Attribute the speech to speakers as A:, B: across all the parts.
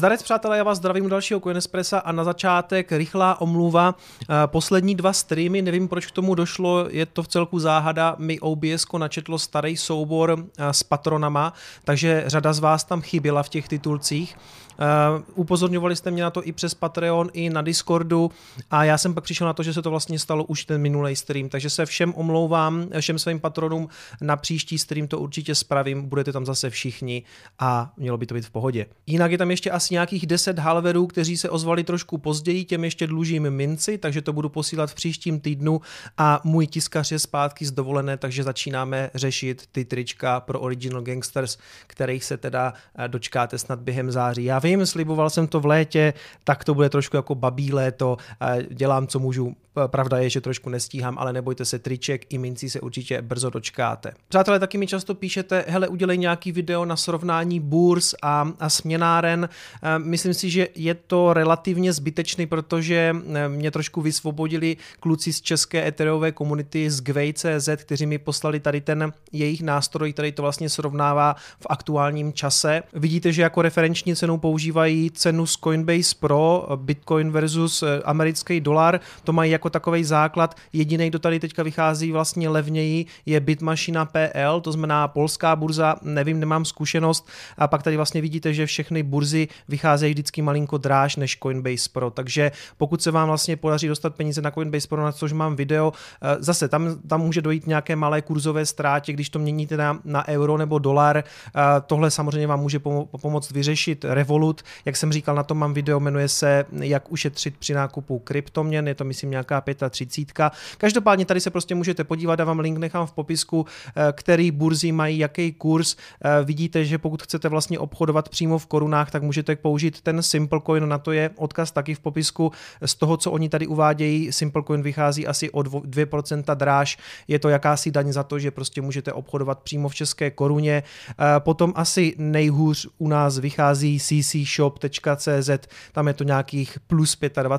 A: Zdarec přátelé, já vás zdravím u dalšího Coinespressa a na začátek rychlá omluva. Poslední 2 streamy, nevím proč k tomu došlo, je to v celku záhada, mi OBS načetlo starý soubor s patronama, takže řada z vás tam chyběla v těch titulcích. Upozorňovali jste mě na to i přes Patreon, i na Discordu a já jsem pak přišel na to, že se to vlastně stalo už ten minulý stream, takže se všem omlouvám, všem svým patronům, na příští stream to určitě spravím, budete tam zase všichni a mělo by to být v pohodě. Jinak je tam ještě asi nějakých 10 halverů, kteří se ozvali trošku později, těm ještě dlužím minci, takže to budu posílat v příštím týdnu a můj tiskař je zpátky z dovolené, takže začínáme řešit ty trička pro Original Gangsters, kterých se teda dočkáte snad během září. Já vím, sliboval jsem to v létě, tak to bude trošku jako babí léto, dělám, co můžu. Pravda je, že trošku nestíhám, ale nebojte se, triček i mincí se určitě brzo dočkáte. Přátelé, taky mi často píšete, hele, udělej nějaký video na srovnání burz a směnáren. Myslím si, že je to relativně zbytečný, protože mě trošku vysvobodili kluci z české ethereové komunity z Gwei.cz, kteří mi poslali tady ten jejich nástroj, který to vlastně srovnává v aktuálním čase. Vidíte, že jako referenční cenu používají cenu z Coinbase Pro, Bitcoin versus americký dolar, to mají jako takovej základ. Jediný, kdo tady teďka vychází vlastně levněji, je Bitmachina.pl, to znamená polská burza, nevím, nemám zkušenost. A pak tady vlastně vidíte, že všechny burzy vycházejí vždycky malinko dráž než Coinbase Pro, takže pokud se vám vlastně podaří dostat peníze na Coinbase Pro, na což mám video, zase tam může dojít nějaké malé kurzové ztrátě, když to měníte na euro nebo dolar. Tohle samozřejmě vám může pomoct vyřešit Revolut. Jak jsem říkal, na tom mám video, jmenuje se Jak ušetřit při nákupu kryptoměn, je to myslím nějaká 35. Každopádně tady se prostě můžete podívat, já vám link nechám v popisku, který burzy mají jaký kurz. Vidíte, že pokud chcete vlastně obchodovat přímo v korunách, tak můžete použít ten Simplecoin, na to je odkaz taky v popisku. Z toho, co oni tady uvádějí, Simplecoin vychází asi o 2% dráž, je to jakási daň za to, že prostě můžete obchodovat přímo v české koruně. Potom asi nejhůř u nás vychází ccshop.cz, tam je to nějakých plus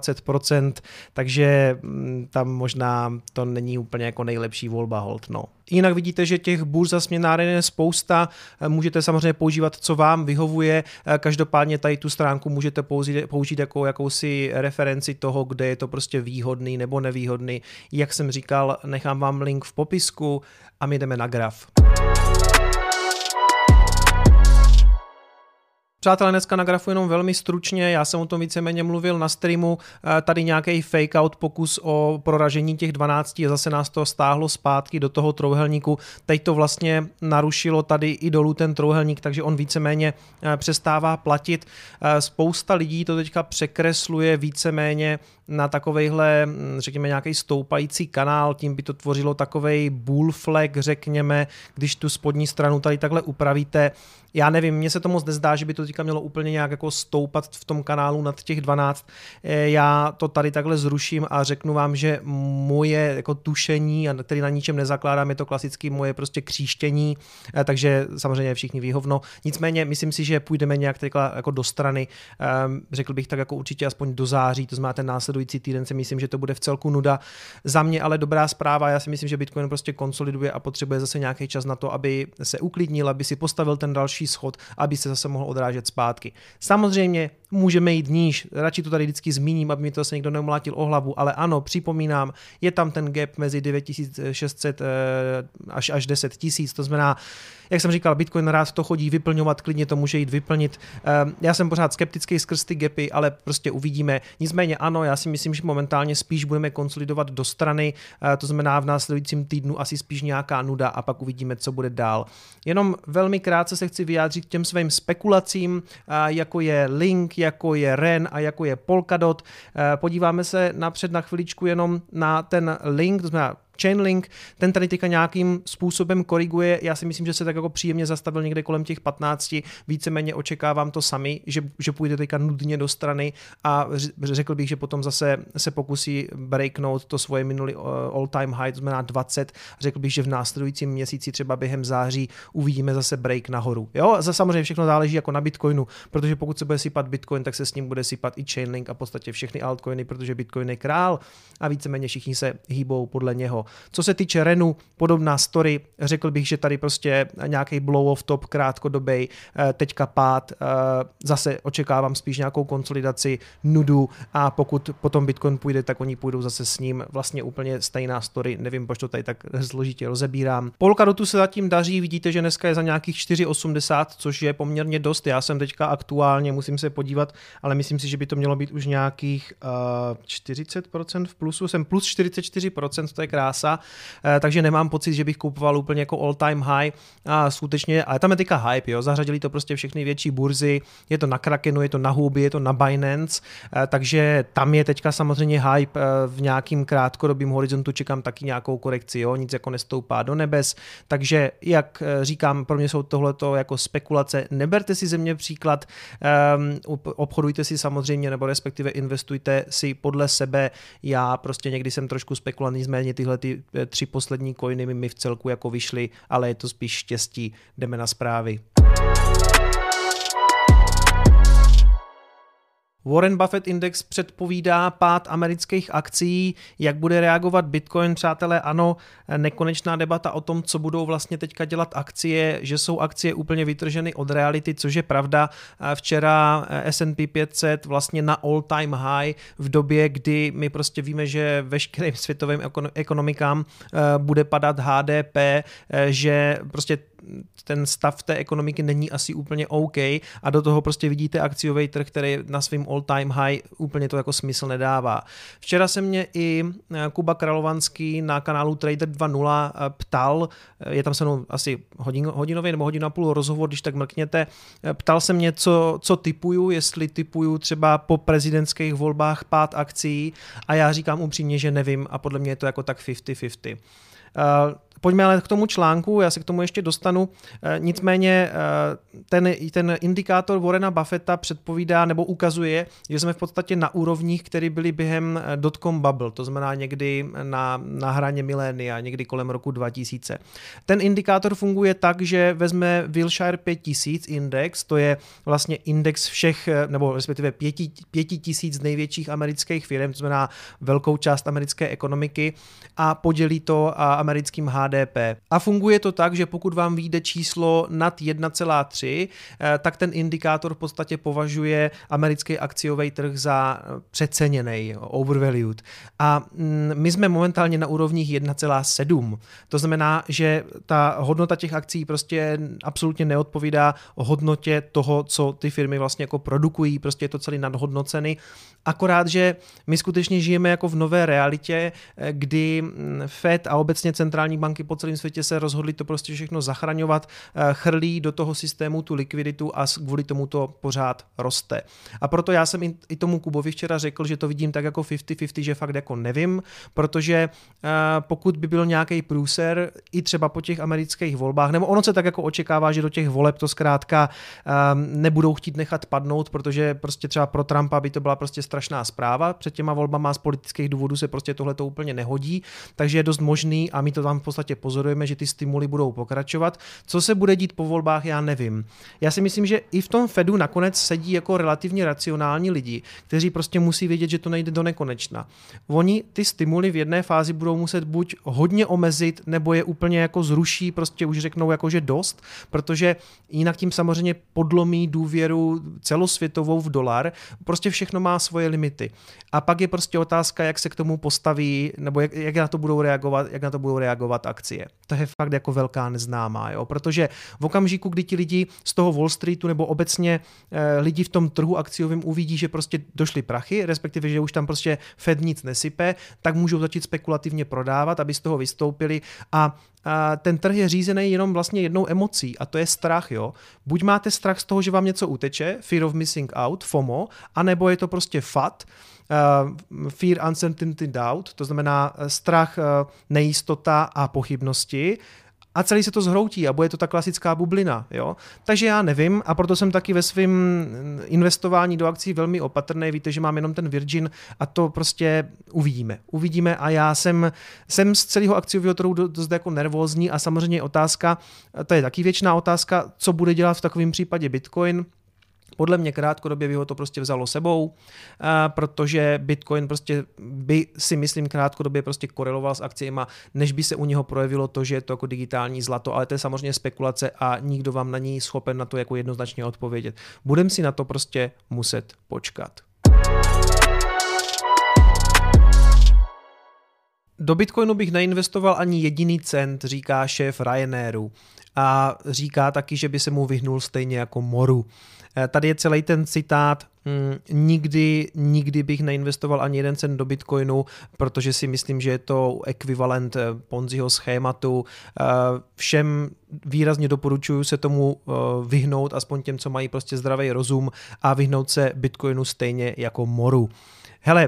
A: 25%, takže tam možná to není úplně jako nejlepší volba hold, no. Jinak vidíte, že těch burz a směnáren je spousta, můžete samozřejmě používat, co vám vyhovuje, každopádně tady tu stránku můžete použít jako jakousi referenci toho, kde je to prostě výhodný nebo nevýhodný. Jak jsem říkal, nechám vám link v popisku a my jdeme na graf. Přátelé, dneska na grafu jenom velmi stručně, já jsem o tom víceméně mluvil na streamu, tady nějaký fake out pokus o proražení těch 12 a zase nás to stáhlo zpátky do toho trouhelníku, teď to vlastně narušilo tady i dolů ten trouhelník, takže on víceméně přestává platit. Spousta lidí to teďka překresluje víceméně na takovejhle, řekněme, nějaký stoupající kanál, tím by to tvořilo takovej bull flag, řekněme, když tu spodní stranu tady takhle upravíte. Já nevím, mně se to moc nezdá, že by to teďka mělo úplně nějak jako stoupat v tom kanálu nad těch 12. Já to tady takhle zruším a řeknu vám, že moje jako tušení, který na ničem nezakládám, je to klasicky moje prostě kříštění, takže samozřejmě všichni výhovno. Nicméně myslím si, že půjdeme nějak takhle jako do strany, řekl bych tak jako určitě aspoň do září, to znamená ten následující týden si myslím, že to bude v celku nuda. Za mě ale dobrá zpráva, já si myslím, že Bitcoin prostě konsoliduje a potřebuje zase nějaký čas na to, aby se uklidnil, aby si postavil ten další schod, aby se zase mohl odrážet zpátky. Samozřejmě můžeme jít níž, radši to tady vždycky zmíním, aby mi to se někdo neumlátil o hlavu, ale ano, připomínám, je tam ten gap mezi 9600 až 10 000, to znamená, jak jsem říkal, Bitcoin rád to chodí vyplňovat, klidně to může jít vyplnit. Já jsem pořád skeptický skrz ty gapy, ale prostě uvidíme. Nicméně ano, já si myslím, že momentálně spíš budeme konsolidovat do strany, to znamená v následujícím týdnu asi spíš nějaká nuda a pak uvidíme, co bude dál. Jenom velmi krátce se chci vyjádřit k těm svým spekulacím, jako je Link, jako je REN a jako je Polkadot. Podíváme se napřed na chviličku jenom na ten Link, to znamená Chainlink, ten tady teďka nějakým způsobem koriguje, já si myslím, že se tak jako příjemně zastavil někde kolem těch 15, víceméně očekávám to sami, že půjde teďka nudně do strany a řekl bych, že potom zase se pokusí breaknout to svoje minulý all time high, to znamená 20, řekl bych, že v následujícím měsíci třeba během září uvidíme zase break nahoru. Jo, samozřejmě všechno záleží jako na Bitcoinu, protože pokud se bude sypat Bitcoin, tak se s ním bude sypat i Chainlink a v podstatě všechny altcoiny, protože Bitcoin je král a víceméně všichni se hýbou podle něho. Jo. Co se týče Renu, podobná story, řekl bych, že tady prostě nějaký blow-off top krátkodobej, teďka pád, zase očekávám spíš nějakou konsolidaci, nudu a pokud potom Bitcoin půjde, tak oni půjdou zase s ním, vlastně úplně stejná story, nevím, proč to tady tak složitě rozebírám. Polkadotu se zatím daří, vidíte, že dneska je za nějakých 4,80, což je poměrně dost, já jsem teďka aktuálně, musím se podívat, ale myslím si, že by to mělo být už nějakých 40% v plusu, jsem plus 44%, to je krása, takže nemám pocit, že bych kupoval úplně jako all time high a skutečně, ale tam je teďka hype, jo, zařadili to prostě všechny větší burzy, je to na Krakenu, je to na Huobi, je to na Binance, takže tam je teďka samozřejmě hype, v nějakým krátkodobým horizontu čekám taky nějakou korekci, jo, nic jako nestoupá do nebes, takže jak říkám, pro mě jsou tohleto jako spekulace, neberte si ze mě příklad, obchodujte si samozřejmě, nebo respektive investujte si podle sebe, já prostě někdy jsem trošku spekulantní, nicméně tyhle 3 poslední coiny mi v celku jako vyšly, ale je to spíš štěstí, jdeme na zprávy. Warren Buffett Index předpovídá pád amerických akcií, jak bude reagovat Bitcoin, přátelé, ano, nekonečná debata o tom, co budou vlastně teďka dělat akcie, že jsou akcie úplně vytrženy od reality, což je pravda. Včera S&P 500 vlastně na all time high v době, kdy my prostě víme, že veškerým světovým ekonomikám bude padat HDP, že prostě ten stav té ekonomiky není asi úplně OK a do toho prostě vidíte akciový trh, který na svým all time high úplně to jako smysl nedává. Včera se mě i Kuba Kralovanský na kanálu Trader 2.0 ptal, je tam se mnou asi hodinový nebo hodinu a půl rozhovor, když tak mrkněte, ptal se mě, co tipuju, jestli tipuju třeba po prezidentských volbách pád akcií a já říkám upřímně, že nevím a podle mě je to jako tak 50-50. Pojďme ale k tomu článku, já se k tomu ještě dostanu. Nicméně ten indikátor Warrena Buffetta předpovídá nebo ukazuje, že jsme v podstatě na úrovních, které byly během dotcom bubble, to znamená někdy na hraně milénia, někdy kolem roku 2000. Ten indikátor funguje tak, že vezme Wilshire 5000 index, to je vlastně index všech, nebo respektive 5000 největších amerických firm, to znamená velkou část americké ekonomiky a podělí to americkým HDP. A funguje to tak, že pokud vám vyjde číslo nad 1,3, tak ten indikátor v podstatě považuje americký akciový trh za přeceněný, overvalued. A my jsme momentálně na úrovních 1,7. To znamená, že ta hodnota těch akcí prostě absolutně neodpovídá hodnotě toho, co ty firmy vlastně jako produkují, prostě je to celý nadhodnocený. Akorát, že my skutečně žijeme jako v nové realitě, kdy Fed a obecně centrální banky po celém světě se rozhodli to prostě všechno zachraňovat, chrlí do toho systému tu likviditu a kvůli tomu to pořád roste. A proto já jsem i tomu Kubovi včera řekl, že to vidím tak jako 50-50, že fakt jako nevím, protože pokud by byl nějaký průser i třeba po těch amerických volbách, nebo ono se tak jako očekává, že do těch voleb to zkrátka nebudou chtít nechat padnout, protože prostě třeba pro Trumpa by to byla prostě strašná zpráva, před těma volbama z politických důvodů se prostě tohle to úplně nehodí, takže je dost možný a my to tam v podstatě pozorujeme, že ty stimuly budou pokračovat. Co se bude dít po volbách, já nevím. Já si myslím, že i v tom Fedu nakonec sedí jako relativně racionální lidi, kteří prostě musí vědět, že to nejde do nekonečna. Oni ty stimuly v jedné fázi budou muset buď hodně omezit, nebo je úplně jako zruší, prostě už řeknou jako, že dost, protože jinak tím samozřejmě podlomí důvěru celosvětovou v dolar. Prostě všechno má svoje limity. A pak je prostě otázka, jak se k tomu postaví, nebo jak na to budou reagovat akcie. To je fakt jako velká neznámá, jo? Protože v okamžiku, kdy ti lidi z toho Wall Streetu nebo obecně lidi v tom trhu akciovém uvidí, že prostě došly prachy, respektive, že už tam prostě Fed nic nesype, tak můžou začít spekulativně prodávat, aby z toho vystoupili a ten trh je řízený jenom vlastně jednou emocí a to je strach, jo. Buď máte strach z toho, že vám něco uteče, fear of missing out, FOMO, anebo je to prostě FUD, fear, uncertainty, doubt, to znamená strach, nejistota a pochybnosti a celý se to zhroutí a bude to ta klasická bublina, jo. Takže já nevím a proto jsem taky ve svém investování do akcí velmi opatrný, víte, že mám jenom ten Virgin a to prostě uvidíme a já jsem z celého akciového trhu dost jako nervózní a samozřejmě otázka, to je taky věčná otázka, co bude dělat v takovém případě Bitcoin. Podle mě krátkodobě by ho to prostě vzalo sebou, protože Bitcoin prostě by si myslím krátkodobě prostě koreloval s akciemi, než by se u něho projevilo to, že je to jako digitální zlato, ale to je samozřejmě spekulace a nikdo vám na ní schopen na to jako jednoznačně odpovědět. Budeme si na to prostě muset počkat. Do Bitcoinu bych neinvestoval ani jediný cent, říká šéf Ryanairu. A říká taky, že by se mu vyhnul stejně jako moru. Tady je celý ten citát, nikdy bych neinvestoval ani jeden cent do Bitcoinu, protože si myslím, že je to ekvivalent Ponziho schématu. Všem výrazně doporučuji se tomu vyhnout, aspoň těm, co mají prostě zdravý rozum, a vyhnout se Bitcoinu stejně jako moru. Hele,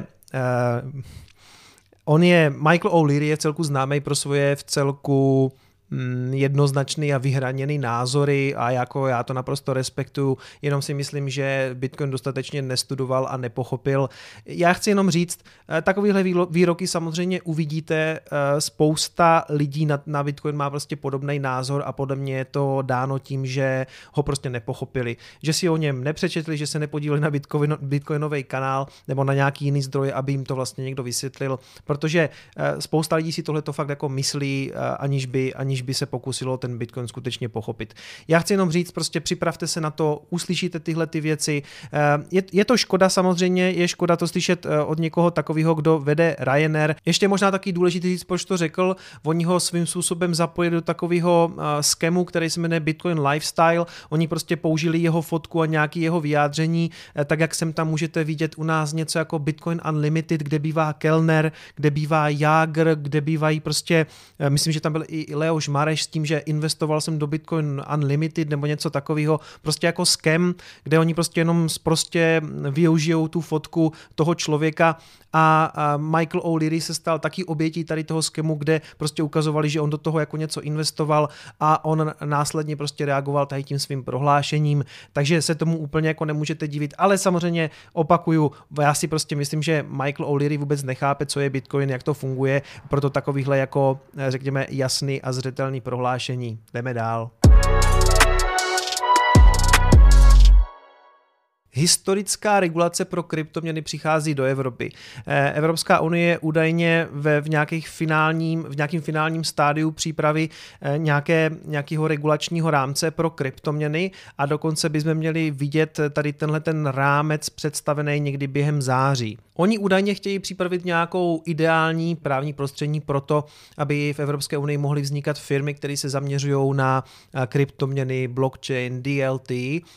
A: Michael O'Leary je vcelku známý pro svoje vcelku jednoznačný a vyhraněný názory a jako já to naprosto respektuju, jenom si myslím, že Bitcoin dostatečně nestudoval a nepochopil. Já chci jenom říct, takovýhle výroky samozřejmě uvidíte, spousta lidí na Bitcoin má prostě podobný názor a podle mě je to dáno tím, že ho prostě nepochopili, že si o něm nepřečetli, že se nepodívali na Bitcoinový kanál nebo na nějaký jiný zdroj, aby jim to vlastně někdo vysvětlil, protože spousta lidí si tohleto fakt jako myslí, aniž by se pokusilo ten Bitcoin skutečně pochopit. Já chci jenom říct, prostě připravte se na to, uslyšíte tyhle ty věci. Je to škoda samozřejmě, je škoda to slyšet od někoho takového, kdo vede Ryanair. Ještě možná taky důležitý říct, proč to řekl, oni ho svým způsobem zapojili do takového skému, který se jmenuje Bitcoin Lifestyle. Oni prostě použili jeho fotku a nějaký jeho vyjádření, tak jak sem tam můžete vidět u nás něco jako Bitcoin Unlimited, kde bývá Kellner, kde bývá Jágr, kde bývají prostě, myslím, že tam byl i Leoš Mareš s tím, že investoval jsem do Bitcoin Unlimited nebo něco takového, prostě jako scam, kde oni prostě jenom využijou tu fotku toho člověka a Michael O'Leary se stal taky obětí tady toho scamu, kde prostě ukazovali, že on do toho jako něco investoval a on následně prostě reagoval tady tím svým prohlášením, takže se tomu úplně jako nemůžete divit, ale samozřejmě opakuju, já si prostě myslím, že Michael O'Leary vůbec nechápe, co je Bitcoin, jak to funguje, proto takovýhle jako řekněme jasný a zřetelný prohlášení. Jdeme dál. Historická regulace pro kryptoměny přichází do Evropy. Evropská unie údajně v nějakým finálním stádiu přípravy nějakého regulačního rámce pro kryptoměny a dokonce bychom měli vidět tady tenhle ten rámec představený někdy během září. Oni údajně chtějí připravit nějakou ideální právní prostředí pro to, aby v Evropské unii mohly vznikat firmy, které se zaměřují na kryptoměny, blockchain, DLT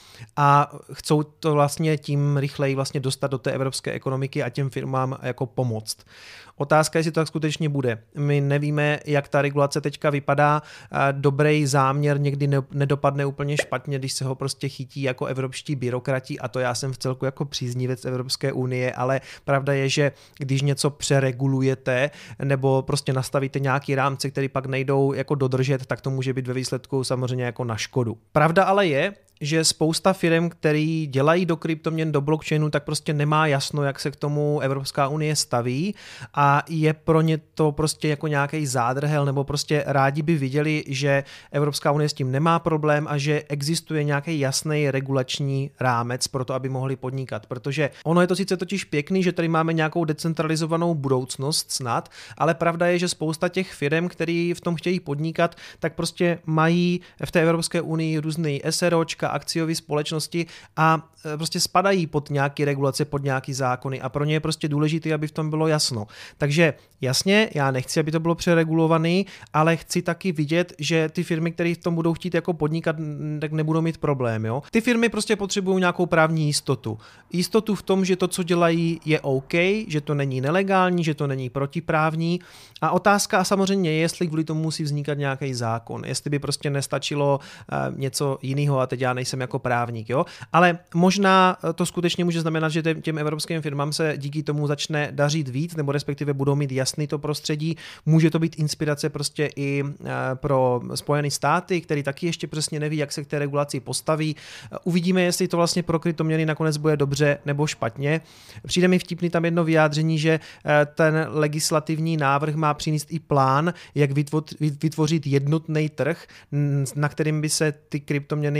A: a chcou to vlastně tím rychleji vlastně dostat do té evropské ekonomiky a těm firmám jako pomoct. Otázka je, jestli to tak skutečně bude. My nevíme, jak ta regulace teďka vypadá. Dobrý záměr někdy nedopadne úplně špatně, když se ho prostě chytí jako evropští byrokrati a to já jsem vcelku jako příznivec Evropské unie, ale pravda je, že když něco přeregulujete nebo prostě nastavíte nějaký rámce, který pak nejdou jako dodržet, tak to může být ve výsledku samozřejmě jako na škodu. Pravda ale je, že spousta firm, který dělají do kryptoměn, do blockchainu, tak prostě nemá jasno, jak se k tomu Evropská unie staví a je pro ně to prostě jako nějaký zádrhel, nebo prostě rádi by viděli, že Evropská unie s tím nemá problém a že existuje nějaký jasný regulační rámec pro to, aby mohli podnikat, protože ono je to sice totiž pěkný, že tady máme nějakou decentralizovanou budoucnost snad, ale pravda je, že spousta těch firm, který v tom chtějí podnikat, tak prostě mají v té Evropské unii různý SROčka, akciové společnosti a prostě spadají pod nějaké regulace, pod nějaké zákony a pro ně je prostě důležité, aby v tom bylo jasno. Takže jasně, já nechci, aby to bylo přeregulovaný, ale chci taky vidět, že ty firmy, které v tom budou chtít jako podnikat, tak nebudou mít problém. Jo? Ty firmy prostě potřebují nějakou právní jistotu. Jistotu v tom, že to, co dělají, je OK, že to není nelegální, že to není protiprávní a otázka samozřejmě je, jestli kvůli tomu musí vznikat nějaký zákon, jestli by prostě nestačilo něco jiného a teď já nejsem jako právník, jo? Ale možná to skutečně může znamenat, že těm evropským firmám se díky tomu začne dařit víc, nebo respektive budou mít jasný to prostředí. Může to být inspirace prostě i pro Spojené státy, který taky ještě přesně neví, jak se k té regulaci postaví. Uvidíme, jestli to vlastně pro kryptoměny nakonec bude dobře nebo špatně. Přijde mi vtipný tam jedno vyjádření, že ten legislativní návrh má přinést i plán, jak vytvořit jednotný trh, na kterým by se ty kryptoměny jako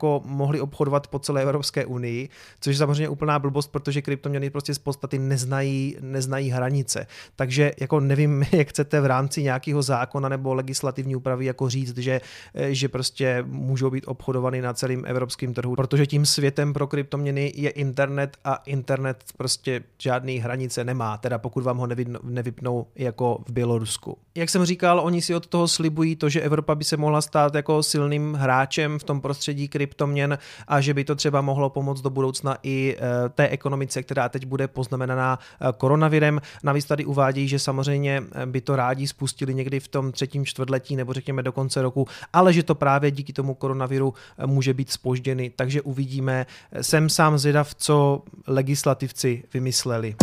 A: jako mohli obchodovat po celé Evropské unii, což je samozřejmě úplná blbost, protože kryptoměny prostě z podstaty neznají hranice. Takže jako nevím, jak chcete v rámci nějakého zákona nebo legislativní úpravy jako říct, že prostě můžou být obchodovány na celém evropském trhu, protože tím světem pro kryptoměny je internet a internet prostě žádný hranice nemá, teda pokud vám ho nevypnou jako v Bělorusku. Jak jsem říkal, oni si od toho slibují to, že Evropa by se mohla stát jako silným hráčem v tom prostředí kryptoměn a že by to třeba mohlo pomoct do budoucna i té ekonomice, která teď bude poznamenaná koronavirem. Navíc tady uvádějí, že samozřejmě by to rádi spustili někdy v tom třetím čtvrtletí nebo řekněme do konce roku, ale že to právě díky tomu koronaviru může být zpožděný, takže uvidíme. Jsem sám zvědav, co legislativci vymysleli.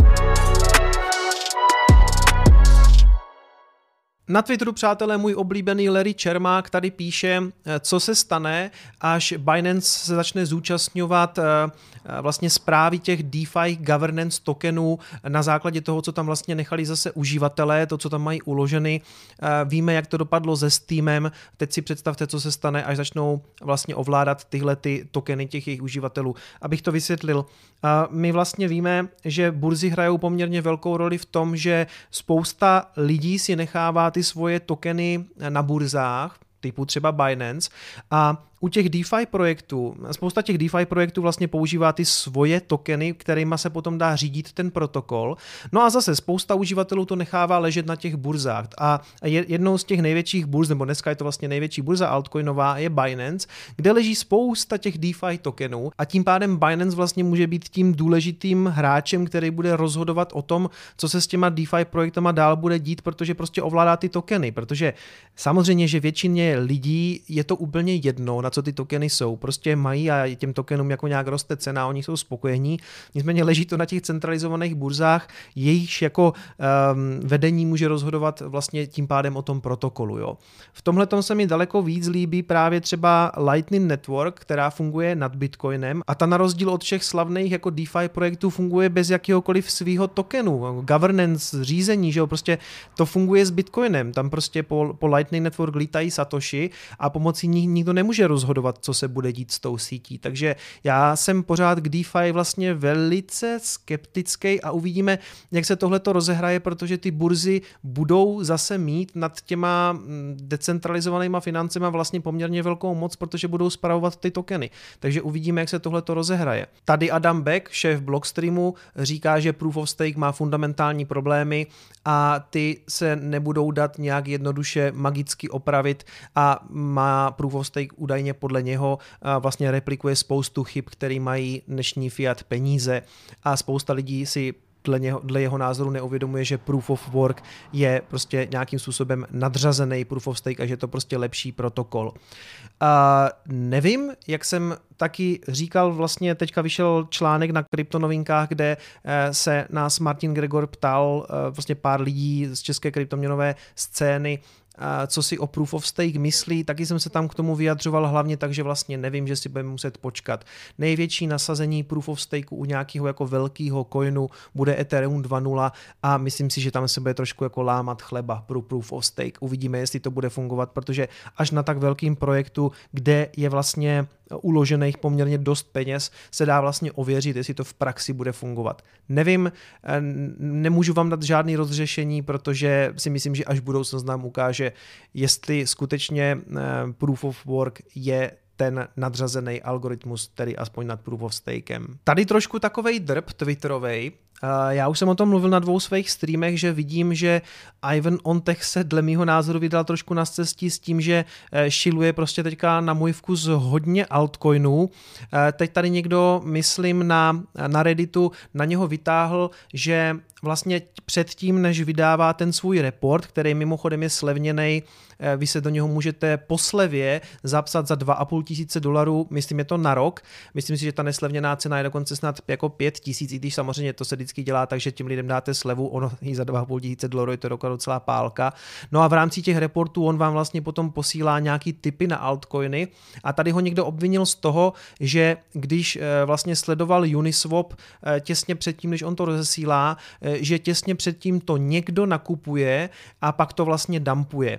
A: Na Twitteru, přátelé, můj oblíbený Larry Čermák tady píše, co se stane, až Binance se začne zúčastňovat vlastně správy těch DeFi governance tokenů na základě toho, co tam vlastně nechali zase uživatelé, to, co tam mají uloženy. Víme, jak to dopadlo se Steamem. Teď si představte, co se stane, až začnou vlastně ovládat tyhle ty tokeny těch jejich uživatelů. Abych to vysvětlil, my vlastně víme, že burzy hrajou poměrně velkou roli v tom, že spousta lidí si nechává ty svoje tokeny na burzách, typu třeba Binance, a u těch DeFi projektů, spousta těch DeFi projektů vlastně používá ty svoje tokeny, kterýma se potom dá řídit ten protokol. No a zase spousta uživatelů to nechává ležet na těch burzách. A jednou z těch největších burz, nebo dneska je to vlastně největší burza altcoinová, je Binance, kde leží spousta těch DeFi tokenů a tím pádem Binance vlastně může být tím důležitým hráčem, který bude rozhodovat o tom, co se s těma DeFi projektama dál bude dít, protože prostě ovládá ty tokeny, protože samozřejmě, že většině lidí je to úplně jedno, na co ty tokeny jsou. Prostě mají a těm tokenům jako nějak roste cena, oni jsou spokojení. Nicméně leží to na těch centralizovaných burzách, jejichž jako vedení může rozhodovat vlastně tím pádem o tom protokolu. Jo. V tomhletom se mi daleko víc líbí právě třeba Lightning Network, která funguje nad Bitcoinem a ta na rozdíl od všech slavných jako DeFi projektů funguje bez jakéhokoliv svýho tokenu. Governance, řízení, že jo, prostě to funguje s Bitcoinem. Tam prostě po Lightning Network lítají satoshi a pomocí nich nikdo nemůže rozhodovat, co se bude dít s tou sítí. Takže já jsem pořád k DeFi vlastně velice skeptický a uvidíme, jak se tohleto rozehraje, protože ty burzy budou zase mít nad těma decentralizovanýma financema vlastně poměrně velkou moc, protože budou spravovat ty tokeny. Takže uvidíme, jak se tohleto rozehraje. Tady Adam Beck, šéf Blockstreamu, říká, že Proof of Stake má fundamentální problémy a ty se nebudou dát nějak jednoduše magicky opravit a má Proof of Stake údajně podle něho vlastně replikuje spoustu chyb, které mají dnešní fiat peníze a spousta lidí si dle jeho názoru neuvědomuje, že Proof of Work je prostě nějakým způsobem nadřazený Proof of Stake a že je to prostě lepší protokol. Nevím, jak jsem taky říkal, vlastně teďka vyšel článek na Kryptonovinkách, kde se nás Martin Gregor ptal vlastně pár lidí z české kryptoměnové scény, co si o Proof of Stake myslí, taky jsem se tam k tomu vyjadřoval hlavně tak, že vlastně nevím, že si budeme muset počkat. Největší nasazení Proof of Stake u nějakého jako velkého coinu bude Ethereum 2.0 a myslím si, že tam se bude trošku jako lámat chleba pro Proof of Stake. Uvidíme, jestli to bude fungovat, protože až na tak velkým projektu, kde je vlastně uložených poměrně dost peněz, se dá vlastně ověřit, jestli to v praxi bude fungovat. Nevím, nemůžu vám dát žádný rozřešení, protože si myslím, že až budoucnost nám ukáže, jestli skutečně Proof of Work je ten nadřazený algoritmus, tedy aspoň nad Proof of Stakem. Tady trošku takovej drb twitterovej. Já už jsem o tom mluvil na 2 svých streamech, že vidím, že Ivan OnTech se dle mýho názoru vydal trošku na cestí s tím, že šiluje prostě teďka na můj vkus hodně altcoinů. Teď tady někdo, myslím na Redditu, na něho vytáhl, že vlastně předtím, než vydává ten svůj report, který mimochodem je slevněnej, vy se do něho můžete po slevě zapsat za $2,500, myslím je to na rok. Myslím si, že ta neslevněná cena je dokonce snad jako 5,000, i když samozřejmě to se vždycky dělá tak, že tím lidem dáte slevu, ono i za $2,500 je to docela pálka. No a v rámci těch reportů on vám vlastně potom posílá nějaký tipy na altcoiny a tady ho někdo obvinil z toho, že když vlastně sledoval Uniswap těsně předtím, než on to rozesílá, že těsně předtím to někdo nakupuje a pak to vlastně dumpuje.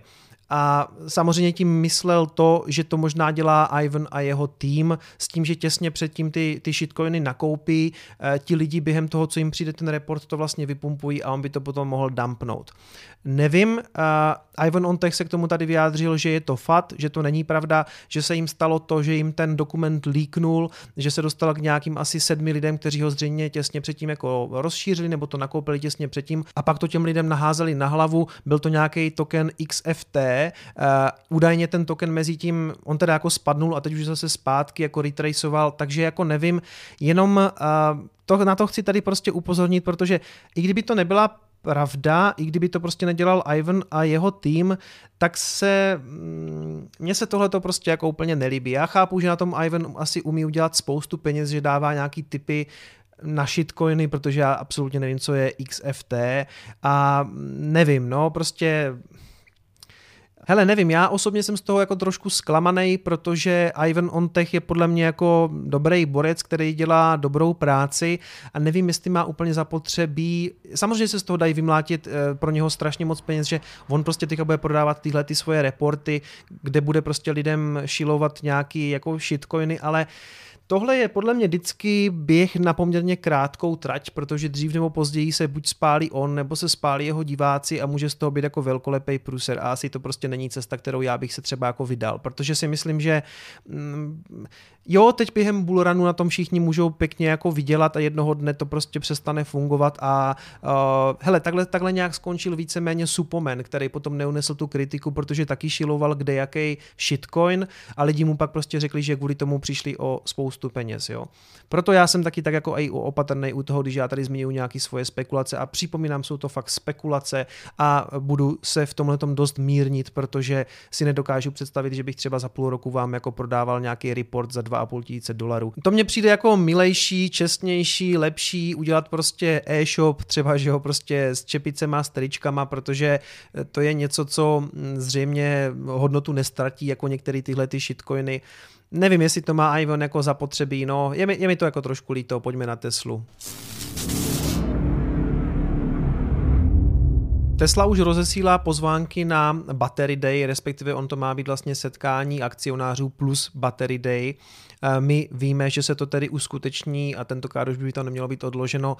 A: A samozřejmě tím myslel to, že to možná dělá Ivan a jeho tým s tím, že těsně předtím ty shitcoiny nakoupí, ti lidi během toho, co jim přijde ten report, to vlastně vypumpují a on by to potom mohl dumpnout. Nevím, Ivan OnTech se k tomu tady vyjádřil, že je to fat, že to není pravda, že se jim stalo to, že jim ten dokument líknul, že se dostal k nějakým asi 7 lidem, kteří ho zřejmě těsně předtím jako rozšířili nebo to nakoupili těsně předtím a pak to těm lidem naházeli na hlavu, byl to nějaký token XFT, údajně ten token mezi tím, on teda jako spadnul a teď už zase zpátky jako retraceoval, takže jako nevím, jenom na to chci tady prostě upozornit, protože i kdyby to nebyla pravda, i kdyby to prostě nedělal Ivan a jeho tým, tak mně se tohle to prostě jako úplně nelíbí. Já chápu, že na tom Ivan asi umí udělat spoustu peněz, že dává nějaký tipy na shitcoiny, protože já absolutně nevím, co je XFT a nevím, no prostě hele, nevím, já osobně jsem z toho jako trošku zklamanej, protože Ivan OnTech je podle mě jako dobrý borec, který dělá dobrou práci a nevím, jestli má úplně zapotřebí, samozřejmě se z toho dají vymlátit pro něho strašně moc peněz, že on prostě teďka bude prodávat tyhle ty svoje reporty, kde bude prostě lidem šilovat nějaký jako shitcoiny, ale tohle je podle mě vždycky běh na poměrně krátkou trať, protože dřív nebo později se buď spálí on, nebo se spálí jeho diváci a může z toho být jako velkolepý průser a asi to prostě není cesta, kterou já bych se třeba jako vydal, protože si myslím, že jo, teď během bullrunu na tom všichni můžou pěkně jako vydělat a jednoho dne to prostě přestane fungovat a hele, takhle nějak skončil víceméně Superman, který potom neunesl tu kritiku, protože taky šiloval kdejaký shitcoin a lidi mu pak prostě řekli, že kvůli tomu přišli o spoustu peněz, jo. Proto já jsem taky tak jako i opatrnej u toho, když já tady zmiňuji nějaké svoje spekulace a připomínám, jsou to fakt spekulace a budu se v tomhletom dost mírnit, protože si nedokážu představit, že bych třeba za půl roku vám jako prodával nějaký report za $2,500. To mně přijde jako milejší, čestnější, lepší udělat prostě e-shop, třeba že ho prostě s čepicema, s tričkama, protože to je něco, co zřejmě hodnotu nestratí jako některé tyhle ty shitcoiny. Nevím, jestli to má Ivan jako zapotřebí, no je mi to jako trošku líto, pojďme na Teslu. Tesla už rozesílá pozvánky na Battery Day, respektive on to má být vlastně setkání akcionářů plus Battery Day. My víme, že se to tedy uskuteční a tentokrát už by to nemělo být odloženo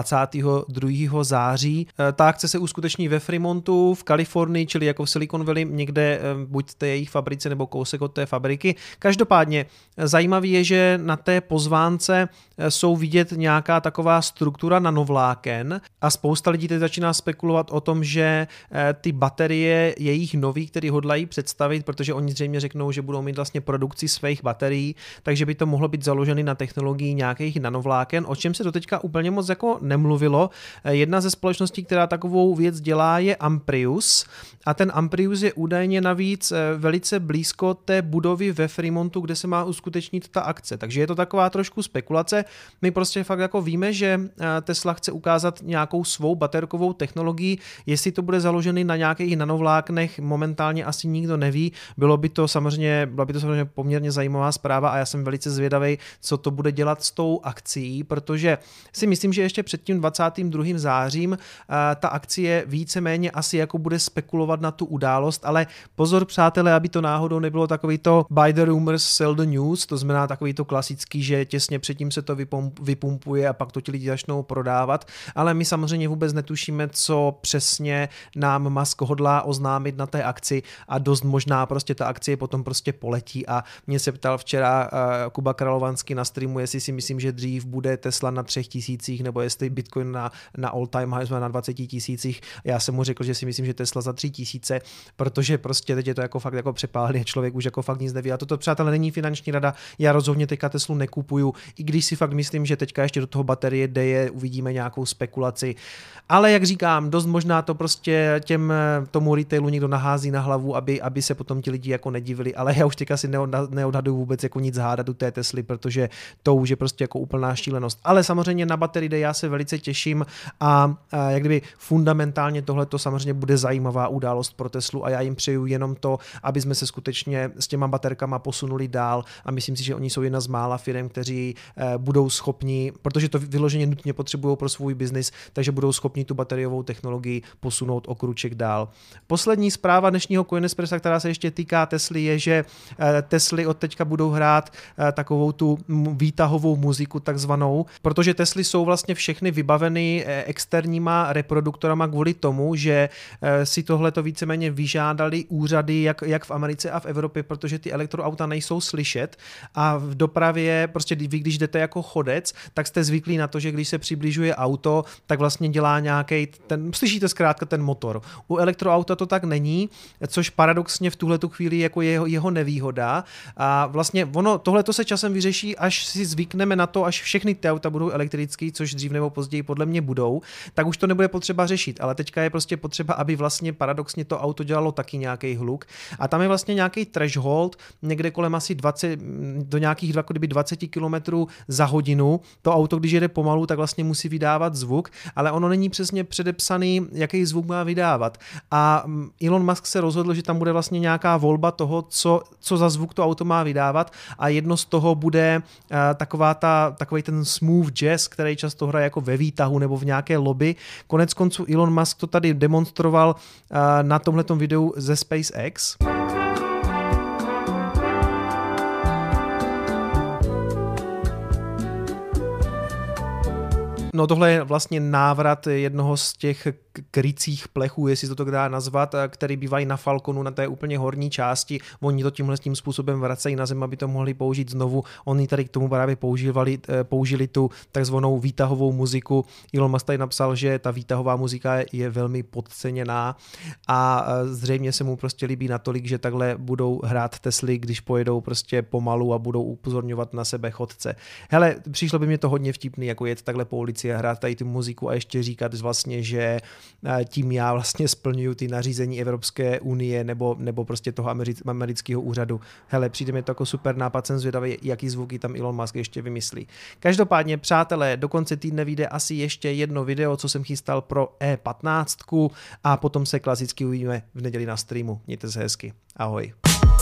A: 22. září. Ta akce se uskuteční ve Fremontu v Kalifornii, čili jako v Silicon Valley, někde buď v té jejich fabrice nebo kousek od té fabriky. Každopádně zajímavý je, že na té pozvánce jsou vidět nějaká taková struktura nanovláken a spousta lidí teď začíná spekulovat o tom, že ty baterie jejich nový, které hodlají představit, protože oni zřejmě řeknou, že budou mít vlastně produkci svých baterií, takže by to mohlo být založené na technologii nějakých nanovláken, o čem se do teďka úplně moc jako nemluvilo. Jedna ze společností, která takovou věc dělá, je Amprius a ten Amprius je údajně navíc velice blízko té budovy ve Fremontu, kde se má uskutečnit ta akce, takže je to taková trošku spekulace. My prostě fakt jako víme, že Tesla chce ukázat nějakou svou baterkovou technologii, jestli to bude založený na nějakých nanovláknech, momentálně asi nikdo neví. Byla by to samozřejmě poměrně zajímavá zpráva a já jsem velice zvědavý, co to bude dělat s tou akcí, protože si myslím, že ještě před tím 22. zářím ta akcie víceméně asi jako bude spekulovat na tu událost, ale pozor přátelé, aby to náhodou nebylo takový to buy the rumors, sell the news, to znamená takový to klasický, že těsně předtím se to vypumpuje a pak to ti lidi začnou prodávat, ale my samozřejmě vůbec netušíme, co přesně nám Musk hodlá oznámit na té akci a dost možná prostě ta akcie potom prostě poletí a mě se ptal včera Kuba Kralovanský na streamu, jestli si myslím, že dřív bude Tesla na 3000 nebo jestli Bitcoin na all time high na 20 000. Já jsem mu řekl, že si myslím, že Tesla za 3000, protože prostě teď je to jako fakt jako přepálný, člověk už jako fakt nic neví. A toto přátelé není finanční rada, já rozhodně teďka Teslu nekupuju, i když si fakt myslím, že teďka ještě do toho baterie deje uvidíme nějakou spekulaci. Ale jak říkám, dost možná to prostě tomu retailu někdo nahází na hlavu, aby se potom ti lidi jako nedivili, ale já už teďka si neodhaduju vůbec jako nic hádat u té Tesly, protože to už je prostě jako úplná šílenost. Ale samozřejmě na Battery Day já se velice těším a jak kdyby fundamentálně tohle to samozřejmě bude zajímavá událost pro Teslu a já jim přeju jenom to, aby jsme se skutečně s těma baterkama posunuli dál a myslím si, že oni jsou jedna z mála firm, kteří budou schopni, protože to vyloženě nutně potřebují pro svůj biznis, takže budou schopni tu bateriovou technologii posunout o kruček dál. Poslední zpráva dnešního Coinespressa, která se ještě týká Tesly, je, že Tesly od teďka budou hrát takovou tu výtahovou muziku takzvanou, protože Tesly jsou vlastně všechny vybaveny externíma reproduktorama kvůli tomu, že si tohleto víceméně vyžádali úřady jak v Americe a v Evropě, protože ty elektroauta nejsou slyšet a v dopravě, prostě vy, když jdete jako chodec, tak jste zvyklí na to, že když se přibližuje auto, tak vlastně dělá nějaký slyšíte zkrátka ten motor. U elektroauta to tak není, což paradoxně v tuhletu chvíli jako jeho nevýhoda a vlastně tohleto se časem vyřeší, až si zvykneme na to, až všechny ty auta budou elektrický, což dřív nebo později podle mě budou, tak už to nebude potřeba řešit, ale teďka je prostě potřeba, aby vlastně paradoxně to auto dělalo taky nějaký hluk a tam je vlastně nějaký threshold, někde kolem asi 20 do nějakých 20 km za hodinu. To auto, když jede pomalu, tak vlastně musí vydávat zvuk, ale ono není přesně předepsaný, jaký zvuk má vydávat. A Elon Musk se rozhodl, že tam bude vlastně nějaká volba toho, co za zvuk to auto má vydávat a jedno z toho bude takový ten smooth jazz, který často hraje jako ve výtahu nebo v nějaké lobby. Konec konců Elon Musk to tady demonstroval na tomhletom videu ze SpaceX. No tohle je vlastně návrat jednoho z těch krycích plechů, jestli to tak dá nazvat, který bývají na Falconu na té úplně horní části. Oni to tímhle tím způsobem vracejí na zem, aby to mohli použít znovu. Oni tady k tomu právě použili tu takzvanou výtahovou muziku. Elon Musk tady napsal, že ta výtahová muzika je velmi podceněná a zřejmě se mu prostě líbí natolik, že takhle budou hrát Tesly, když pojedou prostě pomalu a budou upozorňovat na sebe chodce. Hele, přišlo by mě to hodně vtipný, jako jet takhle po ulici a hrát tady tu muziku a ještě říkat vlastně, že tím já vlastně splňuju ty nařízení Evropské unie nebo prostě toho amerického úřadu. Hele, přijde mi to jako super nápad, jsem zvědavý, jaký zvuky tam Elon Musk ještě vymyslí. Každopádně, přátelé, do konce týdne vyjde asi ještě jedno video, co jsem chystal pro E15 a potom se klasicky uvidíme v neděli na streamu. Mějte se hezky. Ahoj.